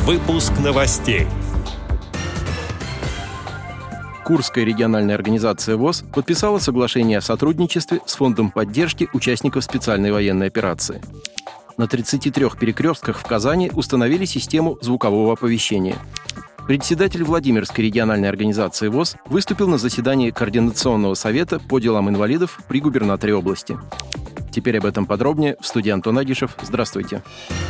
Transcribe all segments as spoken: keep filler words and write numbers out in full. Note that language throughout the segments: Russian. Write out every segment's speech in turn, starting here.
Выпуск новостей. Курская региональная организация ВОС подписала соглашение о сотрудничестве с Фондом поддержки участников специальной военной операции. На тридцати трёх перекрестках в Казани установили систему звукового оповещения. Председатель Владимирской региональной организации ВОС выступил на заседании Координационного совета по делам инвалидов при губернаторе области. Теперь об этом подробнее в студии Антон Агишев. Здравствуйте.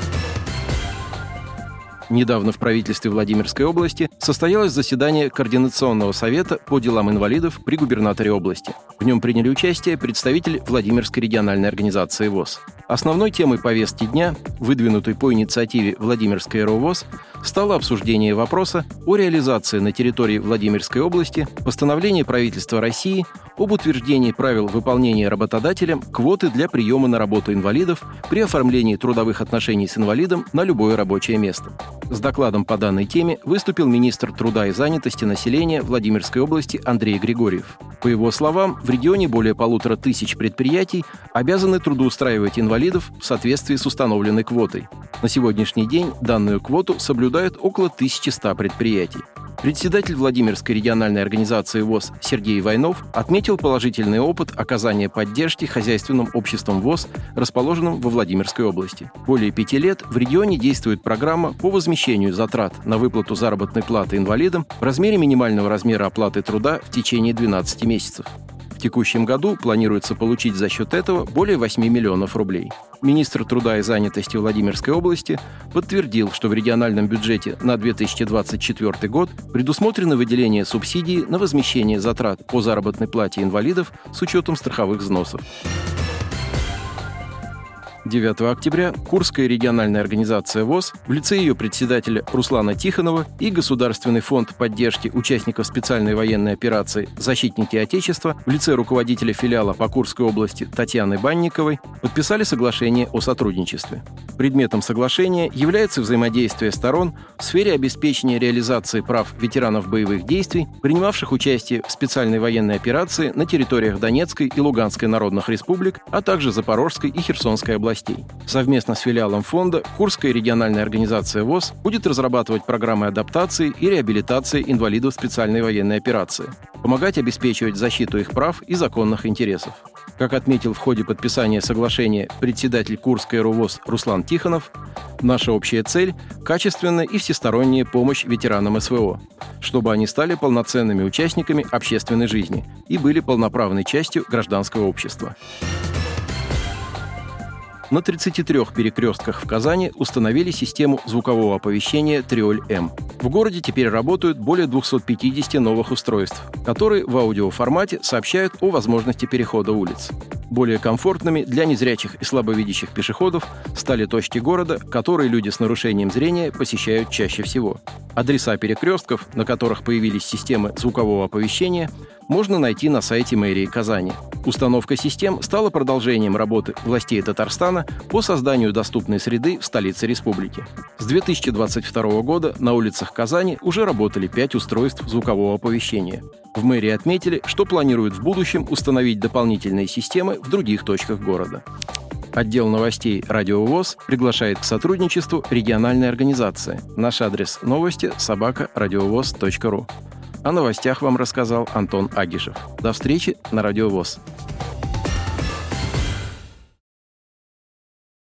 Недавно в правительстве Владимирской области состоялось заседание Координационного совета по делам инвалидов при губернаторе области. В нем приняли участие представители Владимирской региональной организации ВОС. Основной темой повестки дня, выдвинутой по инициативе Владимирской эр о ВОС, стало обсуждение вопроса о реализации на территории Владимирской области постановления правительства России об утверждении правил выполнения работодателем квоты для приема на работу инвалидов при оформлении трудовых отношений с инвалидом на любое рабочее место. С докладом по данной теме выступил министр труда и занятости населения Владимирской области Андрей Григорьев. По его словам, в регионе более полутора тысяч предприятий обязаны трудоустраивать инвалидов в соответствии с установленной квотой. На сегодняшний день данную квоту соблюдают около тысячи ста предприятий. Председатель Владимирской региональной организации ВОС Сергей Войнов отметил положительный опыт оказания поддержки хозяйственным обществом ВОС, расположенным во Владимирской области. Более пяти лет в регионе действует программа по возмещению затрат на выплату заработной платы инвалидам в размере минимального размера оплаты труда в течение двенадцати месяцев. В текущем году планируется получить за счет этого более восьми миллионов рублей. Министр труда и занятости Владимирской области подтвердил, что в региональном бюджете на две тысячи двадцать четвёртый год предусмотрено выделение субсидии на возмещение затрат по заработной плате инвалидов с учетом страховых взносов. девятого октября Курская региональная организация ВОС в лице ее председателя Руслана Тихонова и Государственный фонд поддержки участников специальной военной операции «Защитники Отечества» в лице руководителя филиала по Курской области Татьяны Банниковой подписали соглашение о сотрудничестве. Предметом соглашения является взаимодействие сторон в сфере обеспечения реализации прав ветеранов боевых действий, принимавших участие в специальной военной операции на территориях Донецкой и Луганской народных республик, а также Запорожской и Херсонской областей. Совместно с филиалом фонда Курская региональная организация ВОС будет разрабатывать программы адаптации и реабилитации инвалидов специальной военной операции, помогать обеспечивать защиту их прав и законных интересов. Как отметил в ходе подписания соглашения председатель Курской эр о ВОС Руслан Тихонов, наша общая цель – качественная и всесторонняя помощь ветеранам эс вэ о, чтобы они стали полноценными участниками общественной жизни и были полноправной частью гражданского общества. На тридцати трёх перекрестках в Казани установили систему звукового оповещения Триоль-М. В городе теперь работают более двухсот пятидесяти новых устройств, которые в аудиоформате сообщают о возможности перехода улиц. Более комфортными для незрячих и слабовидящих пешеходов стали точки города, которые люди с нарушением зрения посещают чаще всего. Адреса перекрестков, на которых появились системы звукового оповещения, можно найти на сайте мэрии Казани. Установка систем стала продолжением работы властей Татарстана по созданию доступной среды в столице республики. С две тысячи двадцать второго года на улицах Казани уже работали пять устройств звукового оповещения. В мэрии отметили, что планируют в будущем установить дополнительные системы в других точках города. Отдел новостей Радио ВОС приглашает к сотрудничеству региональной организации. Наш адрес новости собака радиовоз точка ру. О новостях вам рассказал Антон Агишев. До встречи на Радио ВОС.